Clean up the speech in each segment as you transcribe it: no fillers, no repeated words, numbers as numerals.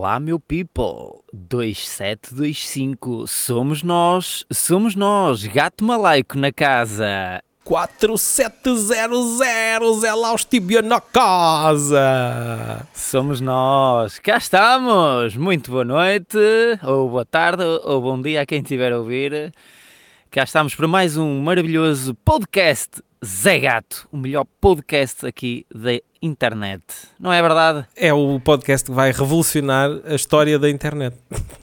Olá, meu people, 2725, somos nós, gato malaico na casa. 4700 Zé Laustibia na casa. Somos nós, cá estamos, muito boa noite, ou boa tarde, ou bom dia a quem estiver a ouvir. Cá estamos para mais um maravilhoso podcast Zé Gato, o melhor podcast aqui da internet, não é verdade? É o podcast que vai revolucionar a história da internet.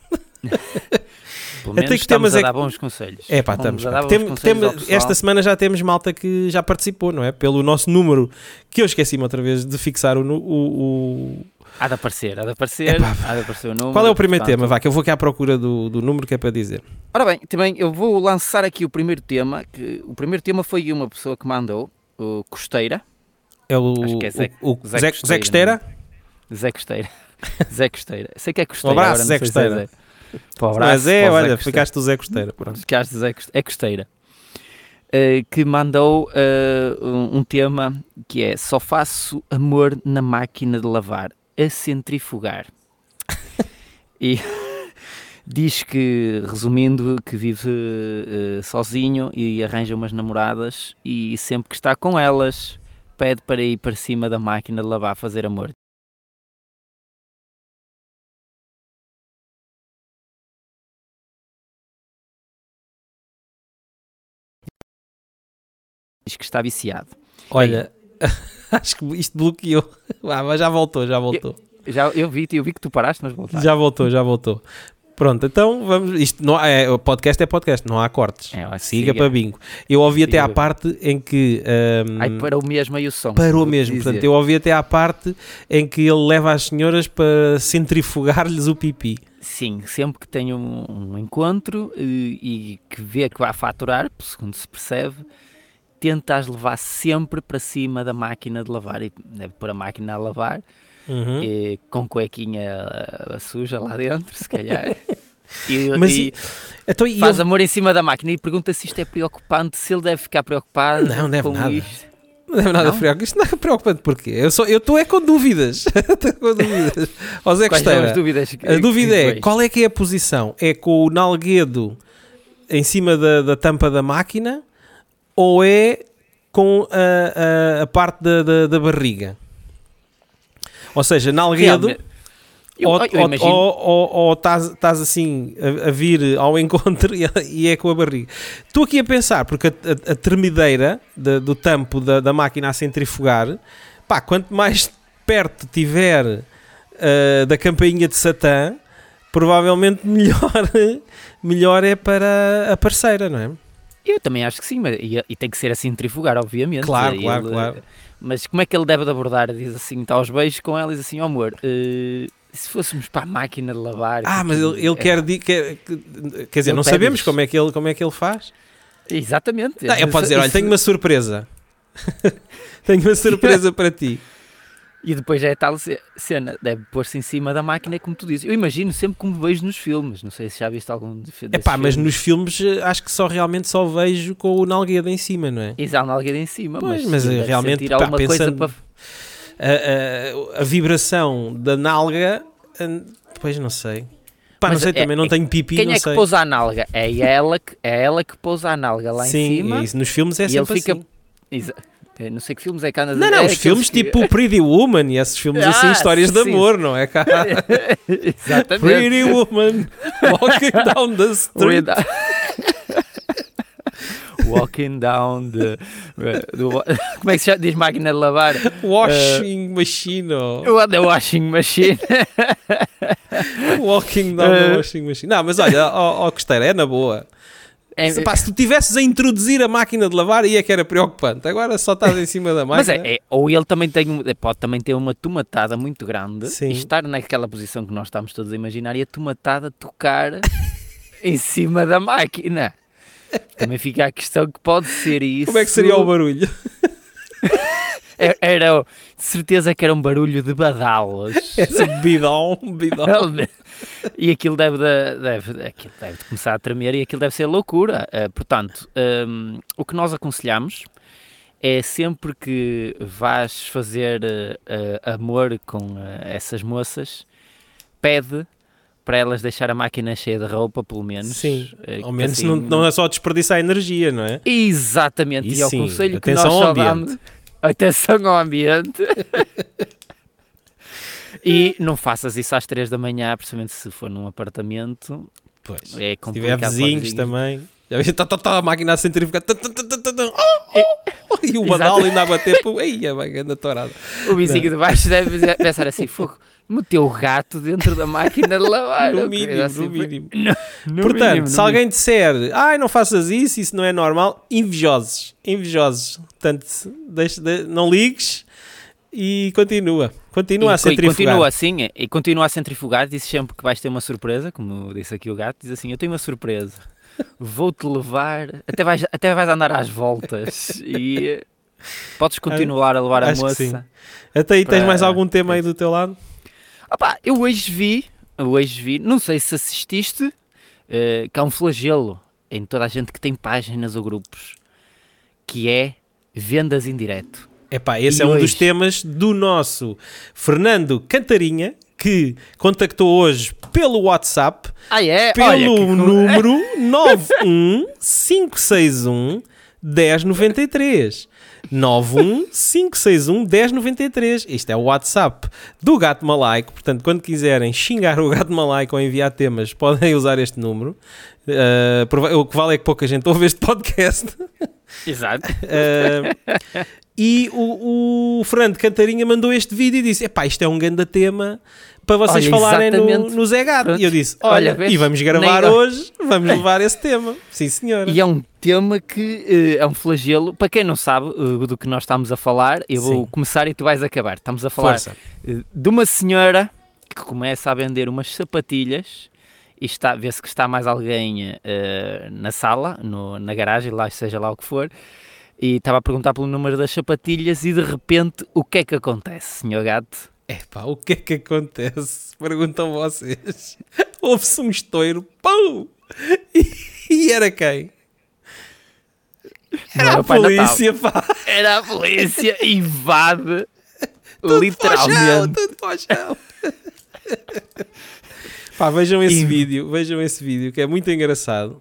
Pelo menos Até que estamos temas a é dar que- bons conselhos. É pá, Vamos estamos. a dar bons Tem- conselhos ao pessoal. esta semana já temos malta que já participou, não é? Pelo nosso número, que eu esqueci-me outra vez de fixar o... Há de aparecer Epá. há de aparecer o número. Qual é o primeiro portanto. tema? Vá, que eu vou aqui à procura do número que é para dizer. Ora bem, também eu vou lançar aqui o primeiro tema, que o primeiro tema foi uma pessoa que mandou, o Costeira. É o, Acho que é Zé- o Zé Zé Costeira, Costeira? Zé Costeira. Zé Costeira. Sei que é Costeira. Um abraço, agora não Zé sei se é Costeira. Zé. Pá, um Mas abraço é, para o Zé olha, Costeira. ficaste o Zé Costeira. Pronto. Ficaste Zé Costeira. Que mandou um tema que é: só faço amor na máquina de lavar, a centrifugar. E diz que, resumindo, que vive sozinho e arranja umas namoradas e sempre que está com elas pede para ir para cima da máquina de lavar fazer amor. Diz que está viciado. Olha, acho que isto bloqueou. Mas já voltou. Eu vi que tu paraste, mas voltaste. Já voltou. Pronto, então vamos. Isto não o podcast é podcast, não há cortes. É, eu acho que Siga para bingo. Eu ouvi Siga até à para parte em que. Ai, parou mesmo aí o som. Parou vou-te mesmo. dizer. Portanto, eu ouvi até à parte em que ele leva as senhoras para centrifugar-lhes o pipi. Sim, sempre que tem um encontro e que vê que vai faturar, segundo se percebe, tenta as levar sempre para cima da máquina de lavar. E deve pôr a máquina a lavar, com cuequinha suja lá dentro, se calhar. Mas E então, e faz ele- amor em cima da máquina e pergunta se isto é preocupante, se ele deve ficar preocupado Não deve com nada. isto. Não é nada Não? preocupante. Isto não é preocupante porquê? Eu estou é com dúvidas. Estou com dúvidas. Ó Zé Quais são Costeira, as dúvidas? a dúvida é, que qual é que é a posição? É com o nalguedo em cima da tampa da máquina ou é com a parte da barriga? Ou seja, nalguedo, Realmente, eu imagino. ou estás assim a vir ao encontro e é com a barriga. Estou aqui a pensar, porque a termideira do tampo da máquina a centrifugar, pá, quanto mais perto tiver da campainha de Satã, provavelmente melhor é para a parceira, não é? Eu também acho que sim, mas, e tem que ser a centrifugar, obviamente. Claro. Mas como é que ele deve de abordar? Diz assim, está aos beijos com ela e diz assim, ó amor, se fôssemos para a máquina de lavar... Mas ele quer dizer, Ele não pede-lhes. sabemos como é que ele faz. Exatamente. Não, ele pode dizer, olha, tenho uma surpresa. Tenho uma surpresa para ti. E depois é tal cena, deve pôr-se em cima da máquina, como tu dizes. Eu imagino sempre como vejo nos filmes, não sei se já viste algum desses Mas filmes. nos filmes acho que realmente só vejo com o nalguedo em cima, não é? E já há alguém em cima, Pois, mas mas deve realmente, sentir alguma coisa pensando- para... A vibração da nalga, pois não sei. Não Mas sei, também não tenho pipi, Quem não é sei. que pousa a nalga? É ela que pousa a nalga lá Sim, em cima. isso nos filmes é e ele sempre fica... assim. Eu não sei que filmes é que andas Não, é os aqueles filmes que- tipo Pretty Woman e esses filmes assim, histórias de sim. amor, não é? Exatamente. Pretty Woman, walking down the street. Walking down como é que se chama? Diz máquina de lavar? Washing machine. The washing machine. Walking down the washing machine. Não, mas olha, Costeira, é na boa. Se tu tivesses a introduzir a máquina de lavar, aí é que era preocupante. Agora só estás em cima da Mas máquina. ou ele também pode também ter uma tomatada muito grande Sim. e estar naquela posição que nós estamos todos a imaginar e a tomatada tocar em cima da máquina. Também fica a questão que pode ser isso. Como é que seria o barulho? Era de certeza que era um barulho de badalas. Esse bidão. E aquilo deve começar a tremer e aquilo deve ser loucura. Portanto, o que nós aconselhamos é sempre que vás fazer amor com essas moças, pede para elas deixar a máquina cheia de roupa, pelo menos. Sim, ao menos assim, não é só desperdiçar energia, não é? Exatamente, E e ao sim, conselho que atenção nós ao só ambiente. damos. Atenção ao ambiente. E não faças isso às 3 da manhã, principalmente se for num apartamento. Pois. É Se tiver complicado para os vizinhos também. Já viste, tá a máquina a centrifugar. E o Exato. badal ainda a bater. Ei, a anda torada. O vizinho de baixo deve pensar assim, fogo, meteu o gato dentro da máquina de lavar. No ou mínimo, coisa assim. no mínimo. No Portanto, mínimo, se no alguém disser, não faças isso não é normal, invejosos. Portanto, não ligues e continua a centrifugar. Continua assim, e continua a centrifugar, diz sempre que vais ter uma surpresa, como disse aqui o gato, diz assim, eu tenho uma surpresa, vou-te levar, até vais andar às voltas e podes continuar a levar a Acho que sim. moça. Até aí tens para- mais algum tema aí do teu lado? Opá, eu hoje vi, não sei se assististe, que há um flagelo em toda a gente que tem páginas ou grupos, que é vendas em direto. Epá, esse E é um dos hoje? temas do nosso Fernando Cantarinha, que contactou hoje pelo WhatsApp, É? Olha, pelo número 915611093. 915611093. Isto é o WhatsApp do Gato Malaico. Portanto, quando quiserem xingar o Gato Malaico ou enviar temas, podem usar este número. O que vale é que pouca gente ouve este podcast. Exato. E o Fernando Cantarinha mandou este vídeo e disse, isto é um grande tema para vocês Olha, falarem exatamente. no Zé Gato. Pronto. E eu disse, Olha, vês? e vamos gravar Nem- hoje, vamos levar esse tema. Sim, senhora. E é um tema que é um flagelo. Para quem não sabe do que nós estamos a falar, eu vou Sim. começar e tu vais acabar. Estamos a falar Força. de uma senhora que começa a vender umas sapatilhas e vê-se que está mais alguém na sala, na garagem, lá seja lá o que for, e estava a perguntar pelo número das sapatilhas e de repente o que é que acontece, senhor gato? O que é que acontece? Perguntam vocês. Houve-se um estouro, pum! E era quem? Não Era a o Pai Natal. polícia, pá! Era a polícia, invade Tudo literalmente. Tudo para o chão. Pá, vejam esse E- vídeo que é muito engraçado.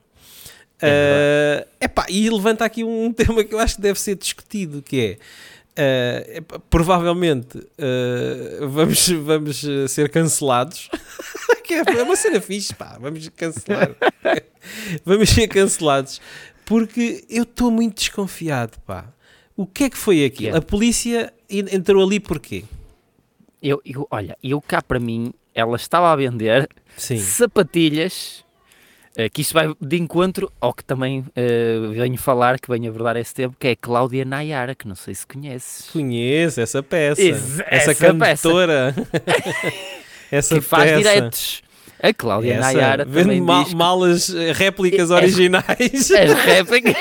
E levanta aqui um tema que eu acho que deve ser discutido, que é provavelmente vamos ser cancelados. Que é uma cena fixe, pá, vamos cancelar. Vamos ser cancelados porque eu estou muito desconfiado, pá. O que é que foi aquilo? Yeah. A polícia entrou ali porquê? Olha, cá para mim, ela estava a vender Sim. sapatilhas, que isso vai de encontro ao que também venho falar, que venho abordar esse tempo, que é a Cláudia Nayara, que não sei se conheces. Conheço essa peça, essa Essa cantora, essa Que faz peça. diretos. A Cláudia Nayara vende também diz que malas, réplicas originais. as réplicas...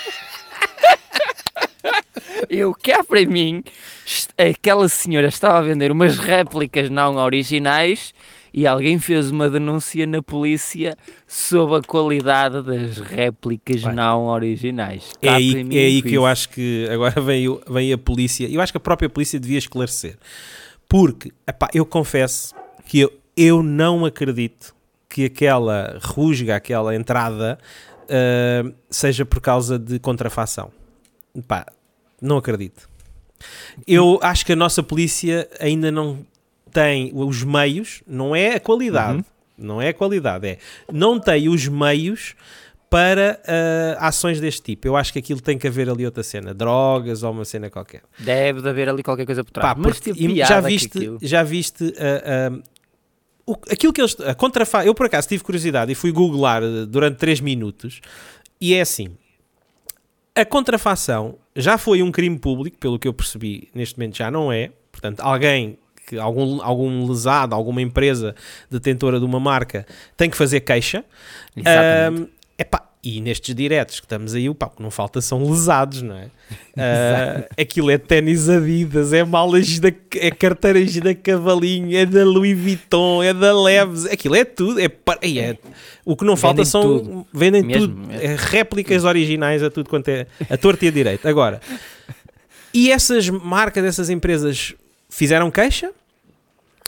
cá para mim, aquela senhora estava a vender umas réplicas não originais e alguém fez uma denúncia na polícia sobre a qualidade das réplicas não originais. É Cá aí, para mim é aí foi que eu isso. acho que agora vem a polícia. Eu acho que a própria polícia devia esclarecer. Porque, eu confesso que eu não acredito que aquela rusga, aquela entrada, seja por causa de contrafação. Não acredito. Eu acho que a nossa polícia ainda não tem os meios, não é a qualidade, não tem os meios para ações deste tipo. Eu acho que aquilo tem que haver ali outra cena, drogas ou uma cena qualquer. Deve de haver ali qualquer coisa por trás. Mas Porque teve piada já viste aquilo que eles... Eu, por acaso, tive curiosidade e fui googlar durante 3 minutos e é assim... A contrafação já foi um crime público, pelo que eu percebi, neste momento já não é. Portanto, algum lesado, alguma empresa detentora de uma marca tem que fazer queixa. Exatamente. E nestes diretos que estamos aí, o que não falta são lesados, não é? Aquilo é ténis Adidas, é malas, é carteiras da Cavalinho, é da Louis Vuitton, é da Leves, aquilo é tudo. O que não falta vendem Mesmo, tudo. mesmo. É réplicas originais a tudo quanto é a torta e a direito. Agora, e essas marcas, essas empresas fizeram queixa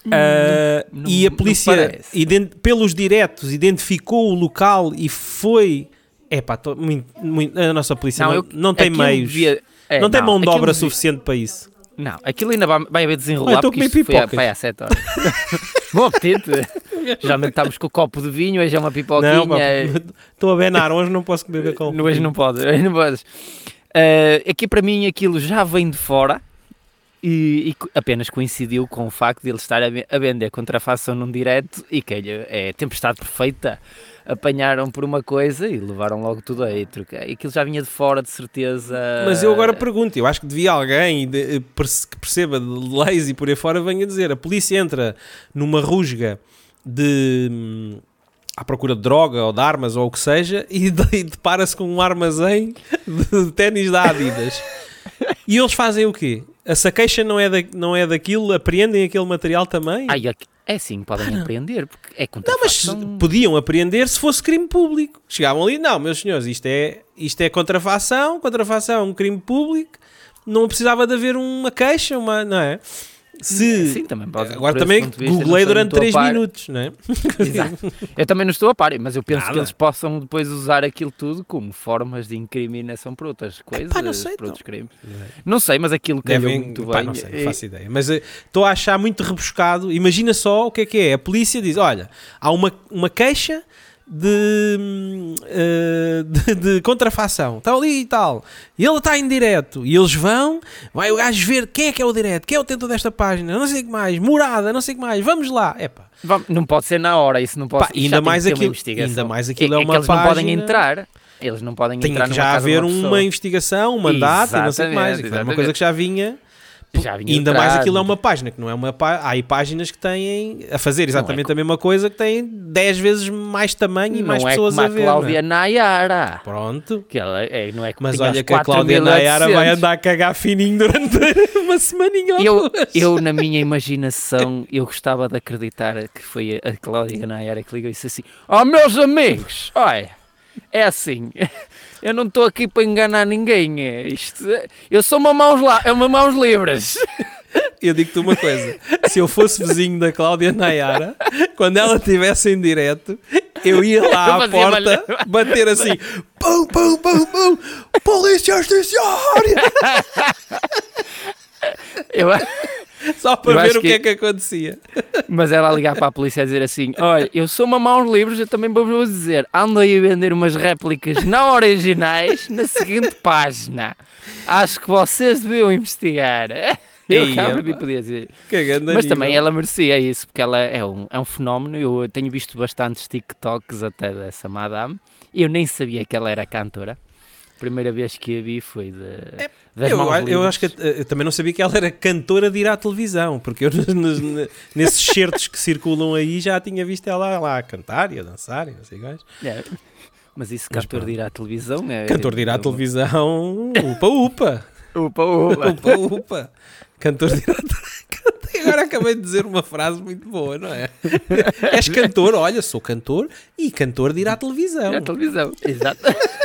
E a polícia, pelos diretos, identificou o local e foi... a nossa polícia não tem meios. Não tem mão de obra suficiente para isso. Não, aquilo ainda vai haver desenrolar, porque isto foi às 7 horas. Bom apetite. Geralmente estamos com o copo de vinho, hoje é uma pipoquinha. Estou a benar, hoje não posso comer com hoje não podes. Aqui para mim aquilo já vem de fora e apenas coincidiu com o facto de ele estar a vender contrafação num direto e que é tempestade perfeita. Apanharam por uma coisa e levaram logo tudo aí. Aquilo já vinha de fora, de certeza. Mas eu agora pergunto, eu acho que devia alguém que perceba de leis e por aí fora venha dizer, a polícia entra numa rusga à procura de droga ou de armas ou o que seja e depara-se com um armazém de ténis da Adidas. E eles fazem o quê? A queixa não é daquilo, apreendem aquele material também? É sim, podem apreender, porque é contrafação. Não, mas podiam apreender se fosse crime público. Chegavam ali, não, meus senhores, isto é contrafação é um crime público, não precisava de haver uma queixa, não é? Sim, também pode. Agora também googlei durante 3 minutos, não é? Exato. Eu também não estou a par, mas eu penso que eles possam depois usar aquilo tudo como formas de incriminação por outras coisas, não sei, por outros crimes. Não sei, mas aquilo que muito bem. Não sei, não faço ideia. Mas estou a achar muito rebuscado. Imagina só o que é. A polícia diz, olha, há uma queixa de contrafação, está ali e tal, e ele está em direto, e eles vai o gajo ver quem é o direto, quem é o detentor desta página, não sei o que mais, morada, não sei o que mais, vamos lá, não pode ser na hora, isso não pode ser, ainda mais aquilo é uma eles página, não podem entrar. Eles não podem entrar. Tem que já haver uma investigação, um mandato, e não sei o que mais, é uma coisa que já vinha ainda mais aquilo é uma página que não é há aí páginas que têm a fazer exatamente a mesma coisa, que têm 10 vezes mais tamanho e mais pessoas a ver. Não é como a Cláudia Nayara. Pronto. Que ela não é mas olha que a Cláudia Nayara vai andar a cagar fininho durante uma semaninha ou duas. Eu, na minha imaginação, eu gostava de acreditar que foi a Cláudia Nayara que ligou e disse assim: meus amigos, olha, é assim... Eu não estou aqui para enganar ninguém. Eu sou uma mãos livres. Eu digo-te uma coisa. Se eu fosse vizinho da Cláudia Nayara, quando ela estivesse em direto, eu ia lá à porta bater assim: pum, pum, pum, pum, polícia judiciária! Só para ver o que é que acontecia. Mas ela ligar para a polícia a dizer assim: olha, eu sou uma mãos livres, eu também vou dizer, ando aí a vender umas réplicas não originais na seguinte página. Acho que vocês deviam investigar. Eu podia dizer. Mas também ela merecia isso, porque ela é um fenómeno. Eu tenho visto bastantes TikToks até dessa madame e eu nem sabia que ela era cantora. A primeira vez que a vi foi das mãos livres. Eu acho que eu também não sabia que ela era cantora de ir à televisão, porque eu nesses certos que circulam aí já tinha visto ela lá a cantar e a dançar e não sei quais. Mas isso, cantor de ir à televisão é... Cantor de ir à televisão, upa-upa. Upa-upa. Cantor de ir à televisão. Agora acabei de dizer uma frase muito boa, não é? És cantor, olha, sou cantor e cantor de ir à televisão. Ir à televisão, exato.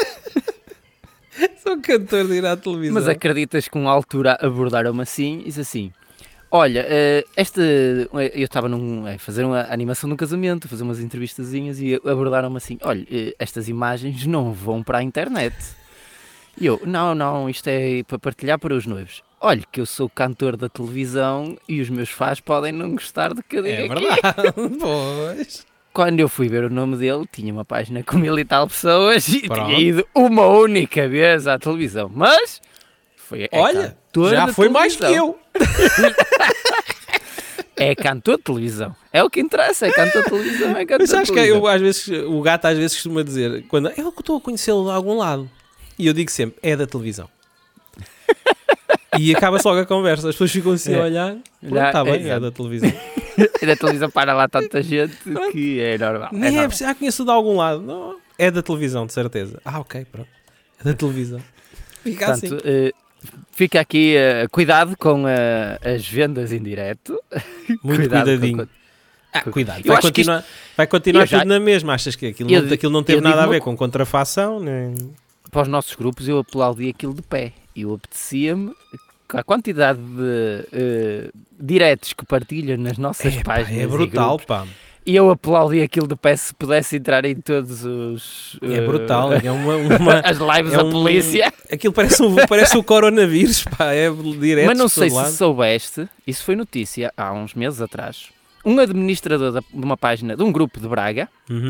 Sou cantor de ir à televisão. Mas acreditas que uma altura abordaram-me assim e disse assim: olha, eu estava a fazer uma animação de um casamento, a fazer umas entrevistazinhas e abordaram-me assim: olha, estas imagens não vão para a internet. E eu, não, isto é para partilhar para os noivos. Olha, que eu sou cantor da televisão e os meus fãs podem não gostar do que eu digo aqui. É verdade, pois... Quando eu fui ver o nome dele, tinha uma página com 1000 e tal pessoas e tinha ido uma única vez à televisão. Mas foi olha, já foi mais que eu. É cantor de televisão. É o que interessa, é cantor de televisão, é cantor mas acho de televisão. Que o gato às vezes costuma dizer, eu estou a conhecê-lo de algum lado. E eu digo sempre, é da televisão. E acaba-se logo a conversa, as pessoas ficam assim a olhar, está bem, é da televisão. É da televisão, para lá tanta gente que é normal. Nem é preciso, conheço de algum lado. Não, é da televisão, de certeza. Ok, pronto. É da televisão. Fica portanto, assim. Fica aqui, cuidado com as vendas em direto. Muito cuidadinho. Cuidado. Vai continuar tudo na mesma. Achas que aquilo não teve nada a ver com contrafação? Nem... Para os nossos grupos eu aplaudi aquilo de pé. Eu apetecia-me a quantidade de diretos que partilha nas nossas páginas. É brutal, e grupos, pá. E eu aplaudi aquilo de pé se pudesse entrar em todos os... É brutal. É as lives da polícia. Aquilo parece o coronavírus, pá. É direto. Mas não sei se soubeste, isso foi notícia há uns meses atrás, um administrador de uma página, de um grupo de Braga,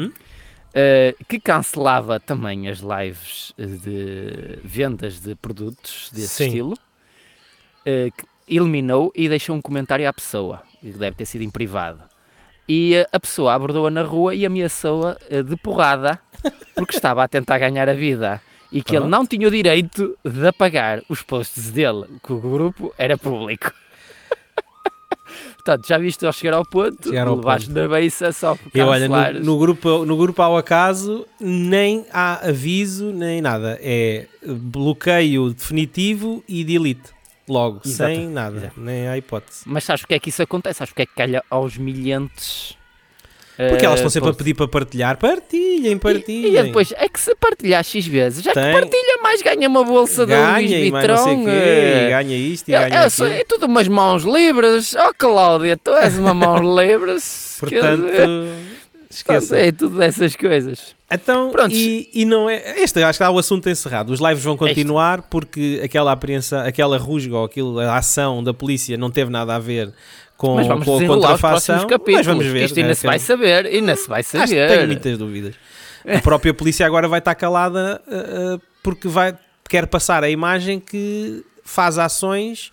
que cancelava também as lives de vendas de produtos desse estilo, que eliminou e deixou um comentário à pessoa, que deve ter sido em privado. E a pessoa abordou-a na rua e ameaçou-a de porrada porque estava a tentar ganhar a vida e que ele não tinha o direito de apagar os posts dele, que o grupo era público. Portanto, já viste ao chegar ao ponto, levaste na beiça só por cancelares. No grupo ao acaso nem há aviso nem nada, é bloqueio definitivo e delete. Logo, sem nada, nem há hipótese. Mas sabes porque é que isso acontece? Sabes porque é que calha aos milhentos? Porque elas estão sempre a pedir para partilhar. Partilhem. E depois, é que se partilhar X vezes, já que partilha mais, ganha uma bolsa do Luís Vitron. Ganha isto e ganha aquilo. É tudo umas mãos livres. Oh, Cláudia, tu és uma mão livre. Portanto, esqueça. É tudo dessas coisas. Então, e não é... Este, acho que há o assunto encerrado. Os lives vão continuar porque aquela apreensão, aquela rusga ou a ação da polícia não teve nada a ver com a contrafação. Mas vamos ver. Isto ainda se vai saber. Acho que tenho muitas dúvidas. A própria polícia agora vai estar calada porque quer passar a imagem que faz ações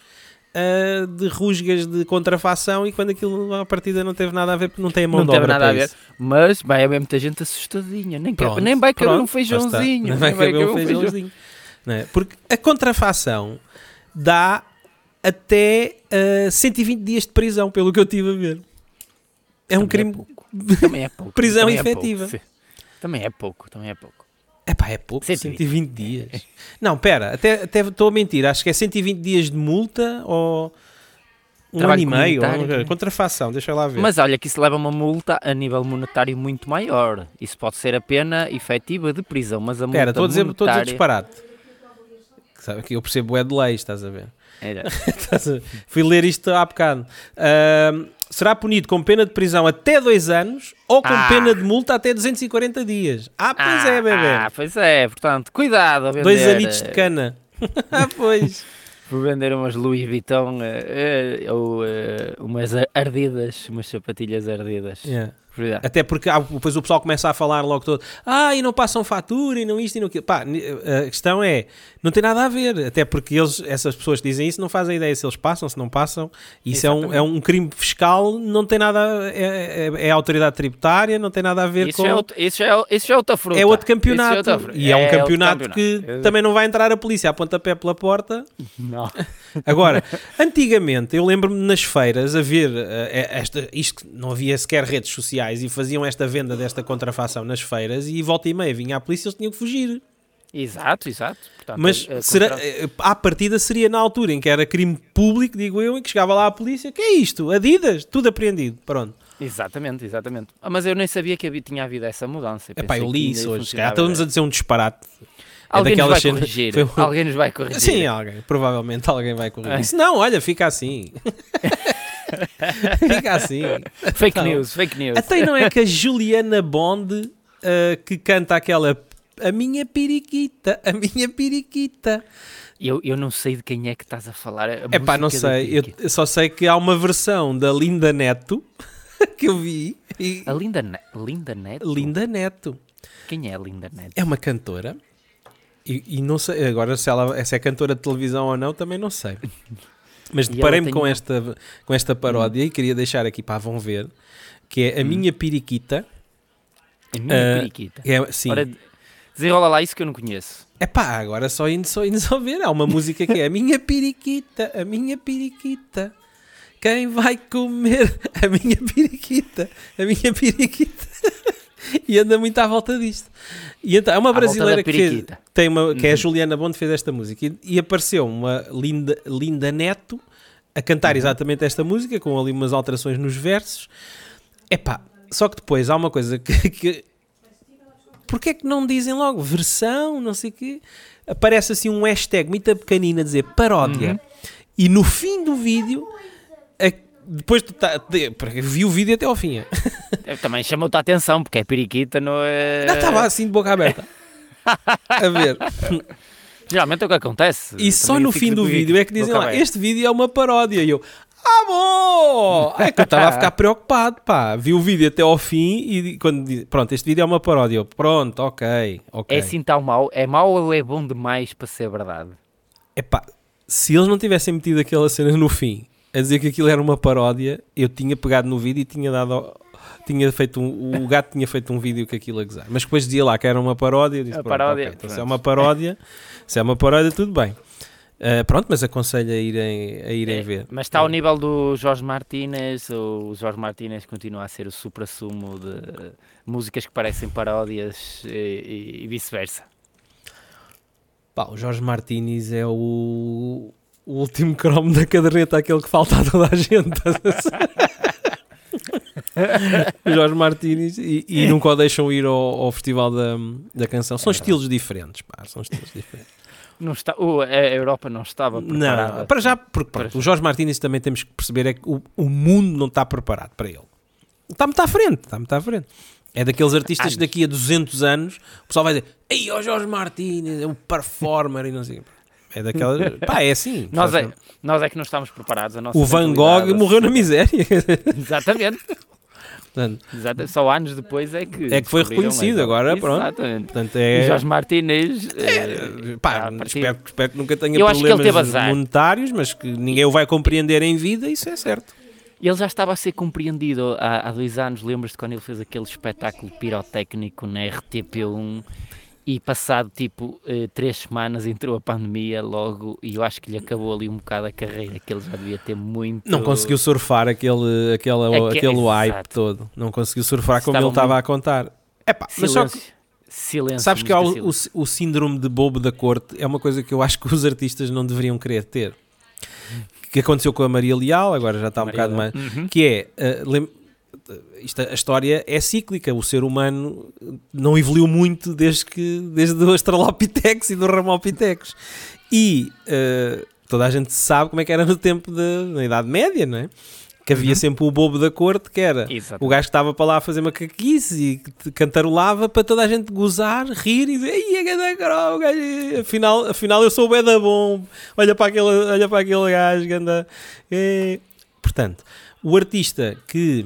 de rusgas de contrafação e quando aquilo à partida não teve nada a ver porque não tem a mão de obra para isso. Mas vai haver muita gente assustadinha, nem vai caber um feijãozinho. Não vai caber um feijãozinho. Não é? Porque a contrafação dá até 120 dias de prisão, pelo que eu estive a ver. É um crime. Também é pouco. Prisão efetiva. Também é pouco. É pouco, 120 dias. Não, pera, até estou a mentir, acho que é 120 dias de multa ou um ano e meio, contrafação, deixa lá ver. Mas olha que isso leva uma multa a nível monetário muito maior. Isso pode ser a pena efetiva de prisão, mas a multa monetária... Estou a dizer disparate. Sabe que eu percebo de leis, estás a ver? Fui ler isto há bocado. Será punido com pena de prisão até 2 anos ou com pena de multa até 240 dias. Pois é, bebê. Pois é, portanto, cuidado a vender... 2 anitos de cana. Pois. Por vender umas Louis Vuitton ou umas ardidas, umas sapatilhas ardidas. Yeah. Até porque depois o pessoal começa a falar logo todo, e não passam fatura, e não isto e não aquilo. Pá, a questão é, não tem nada a ver, até porque essas pessoas que dizem isso não fazem ideia se eles passam, se não passam. Isso é um crime fiscal, não tem nada, é a autoridade tributária, não tem nada a ver com... Isso é outra fruta. É outro campeonato. E é um campeonato que também não vai entrar a polícia a pontapé pela porta. Não. Agora, antigamente, eu lembro-me nas feiras a ver isto, não havia sequer redes sociais e faziam esta venda desta contrafação nas feiras e volta e meia vinha a polícia e eles tinham que fugir. Exato. Portanto, mas à partida seria na altura em que era crime público, digo eu, em que chegava lá a polícia, que é isto? Adidas? Tudo apreendido. Pronto. Exatamente. Mas eu nem sabia que tinha havido essa mudança. Eu li isso hoje. Estamos a dizer um disparate. Alguém nos vai corrigir. Alguém nos vai corrigir. Sim, provavelmente alguém vai corrigir. Se não, olha, fica assim. Fica assim. Fake news. Até não é que a Juliana Bond que canta aquela a minha periquita. Eu não sei de quem é que estás a falar. Não sei. Eu só sei que há uma versão da Linda Neto que eu vi. A Linda Neto? Linda Neto. Quem é a Linda Neto? É uma cantora. E não sei, agora se é cantora de televisão ou não, também não sei. Mas deparei-me com esta paródia e queria deixar aqui, vão ver, que é a minha periquita. A minha periquita? Sim. Ora, desenrola lá isso que eu não conheço. Agora só indo ver. Há uma música que é a minha periquita. Quem vai comer a minha periquita? E anda muito à volta disto. E então, é uma brasileira que é a Juliana Bond, fez esta música. E apareceu uma Linda Neto a cantar exatamente esta música, com ali umas alterações nos versos. Só que depois há uma coisa que porque é que não dizem logo versão, não sei o quê? Aparece assim um hashtag muito pequenino a dizer paródia. E no fim do vídeo, depois vi o vídeo até ao fim. Também chamou-te a atenção, porque é periquita, não é... Já estava assim de boca aberta. A ver. Geralmente é o que acontece. E só no fim do vídeo é que dizem lá, este vídeo é uma paródia. E eu, bom! É que eu estava a ficar preocupado, pá. Vi o vídeo até ao fim e quando diz, pronto, este vídeo é uma paródia. Eu, pronto, ok. É assim tão mau? É mau ou é bom demais para ser verdade? Epá, se eles não tivessem metido aquela cena no fim, a dizer que aquilo era uma paródia, eu tinha pegado no vídeo e tinha dado... o gato tinha feito um vídeo com aquilo a gozar. Mas depois dizia lá que era uma paródia. Eu disse, paródia, okay, então, se é uma paródia, tudo bem. Pronto, mas aconselho a irem ver. Mas está ao nível do Jorge Martínez, ou o Jorge Martínez continua a ser o supra-sumo de músicas que parecem paródias e vice-versa. Pá, o Jorge Martínez é o último cromo da caderneta, aquele que falta a toda a gente. Jorge Martínez e nunca o deixam ir ao Festival da Canção. São estilos diferentes, pá, são estilos diferentes. Não está, a Europa não estava preparada. Não, para já, porque o Jorge Martínez também temos que perceber é que o mundo não está preparado para ele. Está muito à frente. É daqueles artistas que daqui a 200 anos o pessoal vai dizer, ei, o Jorge Martínez é um performer e não sei. É daquela... Pá, é assim. Nós é que não estamos preparados. O Van Gogh morreu na miséria. Exatamente. Só anos depois é que foi reconhecido agora, pronto. Exatamente. Portanto, e Jorge Martínez... espero que nunca tenha problemas monetários, mas que ninguém o vai compreender em vida, isso é certo. Ele já estava a ser compreendido há 2 anos, lembras-te quando ele fez aquele espetáculo pirotécnico na RTP1 e passado 3 semanas entrou a pandemia logo e eu acho que lhe acabou ali um bocado a carreira, que ele já devia ter muito... Não conseguiu surfar aquele hype todo, não conseguiu surfar como ele estava a contar. Silêncio. Sabes que o síndrome de bobo da corte é uma coisa que eu acho que os artistas não deveriam querer ter. Que aconteceu com a Maria Leal, agora já está um bocado mais... Que é... a história é cíclica, o ser humano não evoluiu muito desde o Australopithecus e do Ramopithecus e toda a gente sabe como é que era no tempo na Idade Média, não é? Que havia sempre o bobo da corte, que era o gajo que estava para lá a fazer macaquice e cantarolava para toda a gente gozar, rir e dizer, afinal eu sou o beda bom, olha para aquele gajo que anda... Portanto, o artista que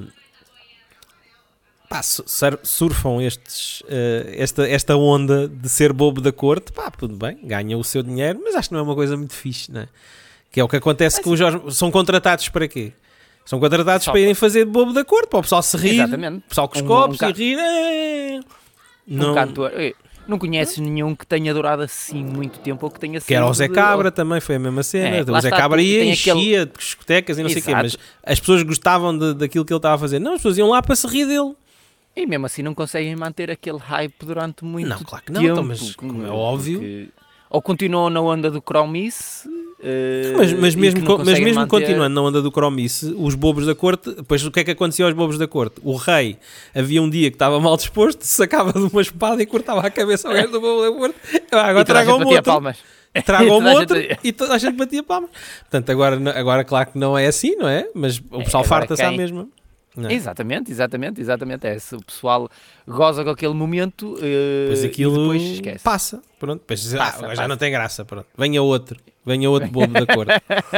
surfam esta onda de ser bobo da corte, tudo bem, ganham o seu dinheiro, mas acho que não é uma coisa muito fixe, não é? Que é o que acontece com os Jorge. São contratados para quê? São contratados para irem fazer de bobo da corte, para o pessoal se rir, o pessoal com os copos e rir. Cantor. Não conheces nenhum que tenha durado assim muito tempo ou que tenha sido... Que era o Zé Cabra também, foi a mesma cena. O Zé Cabra ia, enchia de discotecas e não sei o quê, mas as pessoas gostavam daquilo que ele estava a fazer. Não, as pessoas iam lá para se rir dele. E mesmo assim não conseguem manter aquele hype durante muito tempo. Não, claro que não, então, mas como é óbvio... Ou continuam na onda do Cromice... Mas mesmo continuando na onda do Cromice, os bobos da corte, depois o que é que acontecia aos bobos da corte? O rei havia um dia que estava mal disposto, sacava de uma espada e cortava a cabeça ao gajo do bobo da corte. Agora tragam-me outro. Tragam-me outro e toda a gente batia palmas. Portanto, agora claro que não é assim, não é? Mas o pessoal farta-se à mesma. Exatamente. É, se o pessoal goza com aquele momento, pois aquilo e depois esquece. Passa. Pronto, passa. Já não tem graça. Pronto. Venha outro bobo da cor.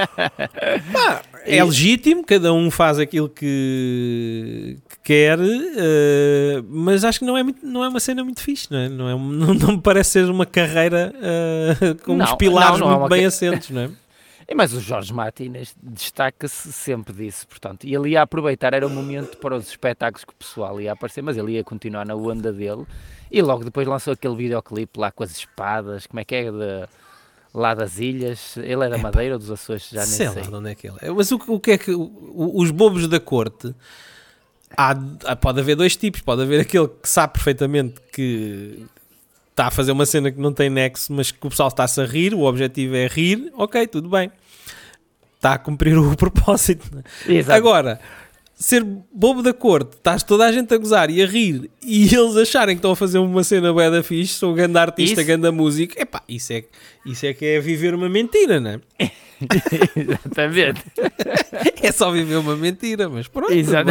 É legítimo, cada um faz aquilo que quer, mas acho que não é uma cena muito fixe, não é? Não me parece ser uma carreira com uns pilares muito bem assentos, não é? Mas o Jorge Martínez destaca-se sempre disso, portanto, e ele ia aproveitar, era o momento para os espetáculos que o pessoal ia aparecer, mas ele ia continuar na onda dele, e logo depois lançou aquele videoclipe lá com as espadas, como é que é, lá das ilhas, ele é da Madeira ou dos Açores, já nem sei. Sei lá de onde é que ele é, mas o que é que, os bobos da corte, pode haver 2 tipos, pode haver aquele que sabe perfeitamente que... está a fazer uma cena que não tem nexo, mas que o pessoal está-se a rir, o objetivo é rir, ok, tudo bem. Está a cumprir o propósito. Exato. Agora, ser bobo da corte, estás toda a gente a gozar e a rir, e eles acharem que estão a fazer uma cena bué da fixe, sou um grande artista, grande músico, isso é que é viver uma mentira, não é? Exatamente. É só viver uma mentira, mas pronto. Exato.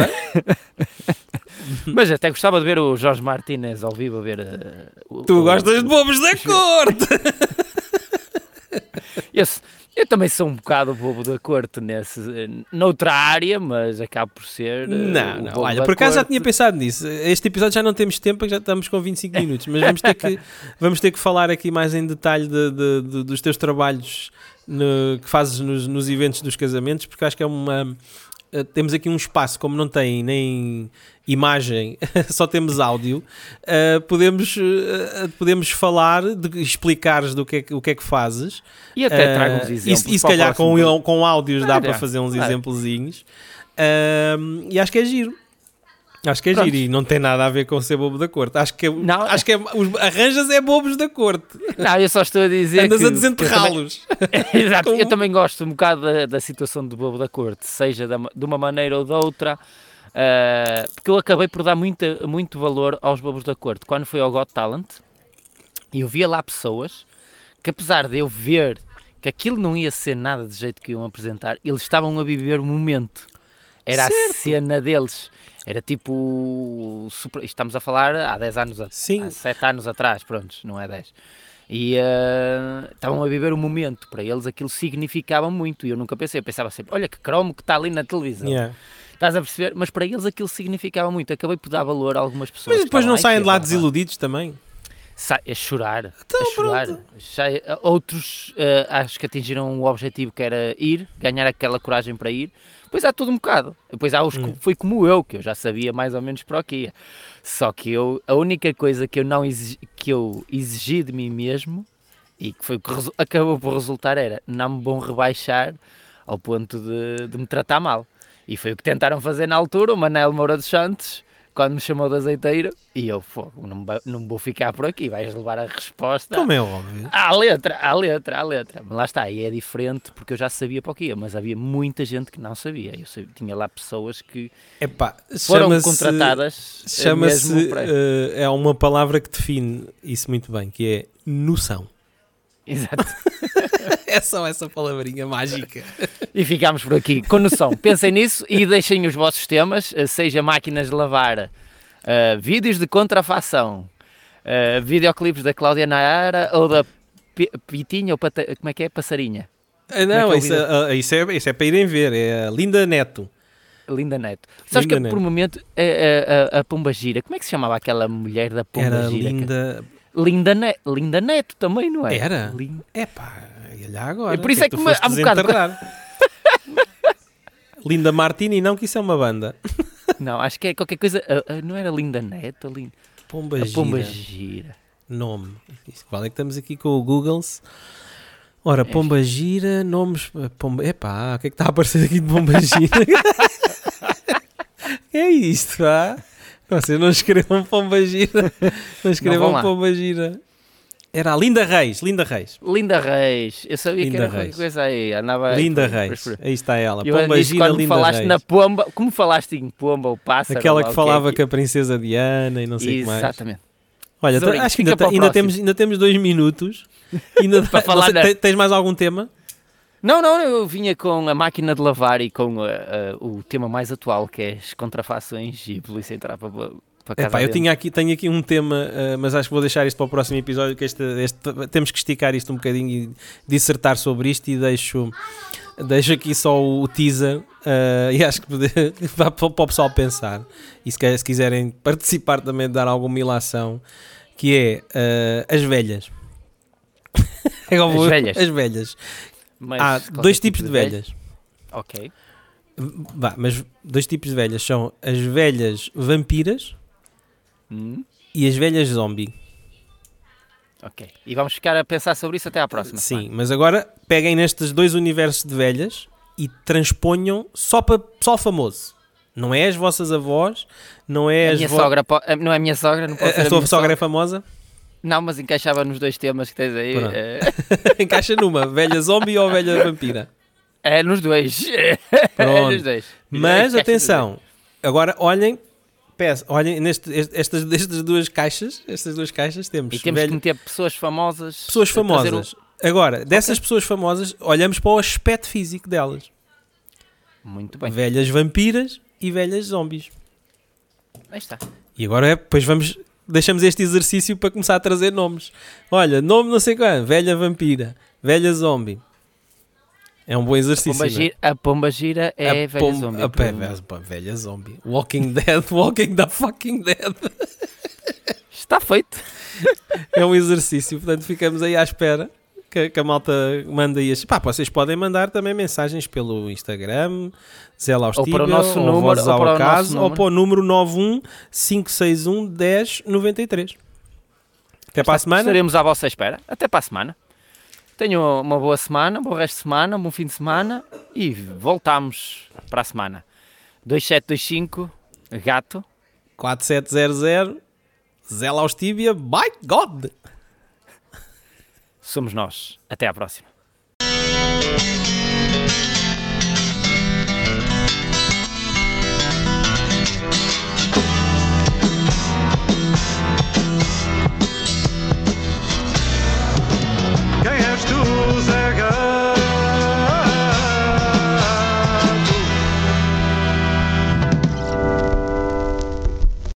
Mas até gostava de ver o Jorge Martínez ao vivo a ver. Tu gostas de bobos da corte! Eu também sou um bocado bobo da corte noutra área, mas acabo por ser. Não, olha, por acaso já tinha pensado nisso. Este episódio já não temos tempo, porque já estamos com 25 minutos, mas vamos ter que falar aqui mais em detalhe dos teus trabalhos que fazes nos eventos dos casamentos, porque acho que é temos aqui um espaço, como não tem nem imagem, só temos áudio, podemos falar, explicares o que é que fazes. E até trago uns exemplos. E se calhar com áudios dá para fazer uns exemplozinhos. E acho que é giro. Pronto. E não tem nada a ver com ser bobo da corte. Acho que os arranjas é bobos da corte. Não, eu só estou a dizer Andas a desenterrá-los. Exato, eu também gosto um bocado da situação do bobo da corte, seja de uma maneira ou de outra, porque eu acabei por dar muito valor aos bobos da corte. Quando fui ao Got Talent, eu via lá pessoas que, apesar de eu ver que aquilo não ia ser nada do jeito que iam apresentar, eles estavam a viver o momento. Era certo. A cena deles. Era tipo, estamos a falar há 10 anos, há 7 anos atrás, pronto, não é 10. E estavam a viver o momento, para eles aquilo significava muito, e eu nunca pensei, eu pensava sempre, olha que cromo que está ali na televisão. Yeah. Estás a perceber? Mas para eles aquilo significava muito, acabei por dar valor a algumas pessoas. Mas depois não saem de lá desiludidos também? A chorar, então, a chorar. Outros acho que atingiram o objetivo que era ir, ganhar aquela coragem para ir. Depois há tudo um bocado. Depois há os que foi como eu, que eu já sabia mais ou menos para o que ia. Só que a única coisa que eu exigi de mim mesmo, e que foi o que acabou por resultar, era não me vão rebaixar ao ponto de me tratar mal. E foi o que tentaram fazer na altura, o Manel Moura dos Santos, quando me chamou de azeiteiro, e eu, não vou ficar por aqui, vais levar a resposta. Como é óbvio. À letra. Mas lá está, e é diferente, porque eu já sabia para o que ia, mas havia muita gente que não sabia. Tinha lá pessoas que foram contratadas. Chama-se, é uma palavra que define isso muito bem, que é noção. Exato. É só essa palavrinha mágica. E ficámos por aqui com noção. Pensem nisso e deixem os vossos temas, seja máquinas de lavar, vídeos de contrafação, videoclipes da Cláudia Nayara ou da Pitinha, ou como é que é? Passarinha. Não, isso é para irem ver, é a Linda Neto. Linda Neto. Sabes que por um momento a Pombagira, como é que se chamava aquela mulher da Pombagira? Era Linda Neto também, não é? Era? Epá, olha agora. Por isso é que há um bocado... Linda Martini, não, que isso é uma banda. Não, acho que é qualquer coisa... não era Linda Neto? Pombagira. Nome. Vale, é que estamos aqui com o Googles. Ora, Pombagira, nomes... Epá, o que é que está a aparecer aqui de Pombagira? É isto, pá. Vocês não escrevam Pombagira. Não escrevam Pombagira. Era a Linda Reis. Eu sabia que era qualquer coisa aí. Linda Reis. Aí está ela. Pombagira, Linda Reis. Na pomba, como falaste em pomba ou pássaro? Aquela que falava com a princesa Diana e não sei o que mais. Exatamente. Olha, acho que ainda temos 2 minutos. Para falar. Tens mais algum tema? Não, eu vinha com a máquina de lavar e com o tema mais atual, que é as contrafações e a polícia entrar para casa. Eu tenho aqui um tema, mas acho que vou deixar isto para o próximo episódio, que temos que esticar isto um bocadinho e dissertar sobre isto, e deixo aqui só o teaser, e acho que para o pessoal pensar, e se quiserem participar também, de dar alguma ilação, que é as velhas. As velhas. Mas há 2 tipos de velhas. Ok. Mas 2 tipos de velhas são as velhas vampiras e as velhas zombie. Ok. E vamos ficar a pensar sobre isso até à próxima. Sim, semana. Mas agora peguem nestes 2 universos de velhas e transponham só para pessoal famoso. Não é as vossas avós, não é a minha sogra. Não é a minha sogra, não pode ser a tua sogra é famosa? Não, mas encaixava nos 2 temas que tens aí. Encaixa numa, velha zombie ou velha vampira? É, nos 2. Pronto. Nos 2. Mas atenção, agora olhem estas duas caixas temos. E temos que meter pessoas famosas. Agora, dessas pessoas famosas, olhamos para o aspecto físico delas. Muito bem. Velhas vampiras e velhas zombies. Aí está. E agora depois deixamos este exercício para começar a trazer nomes. Olha, nome não sei qual, velha vampira, velha zombie. É um bom exercício. A pomba gira é velha zombie. Velha zombie. Walking Dead, Walking the fucking Dead. Está feito. É um exercício, portanto ficamos aí à espera que a malta manda aí. Vocês podem mandar também mensagens pelo Instagram, Zé Laustíbia, ou para o nosso número, ou para o número 915611093. Até para a semana. Estaremos à vossa espera. Até para a semana. Tenham uma boa semana, um bom resto de semana, um bom fim de semana e voltamos para a semana. 2725, gato. 4700, Zé Laustíbia, by God! Somos nós. Até à próxima.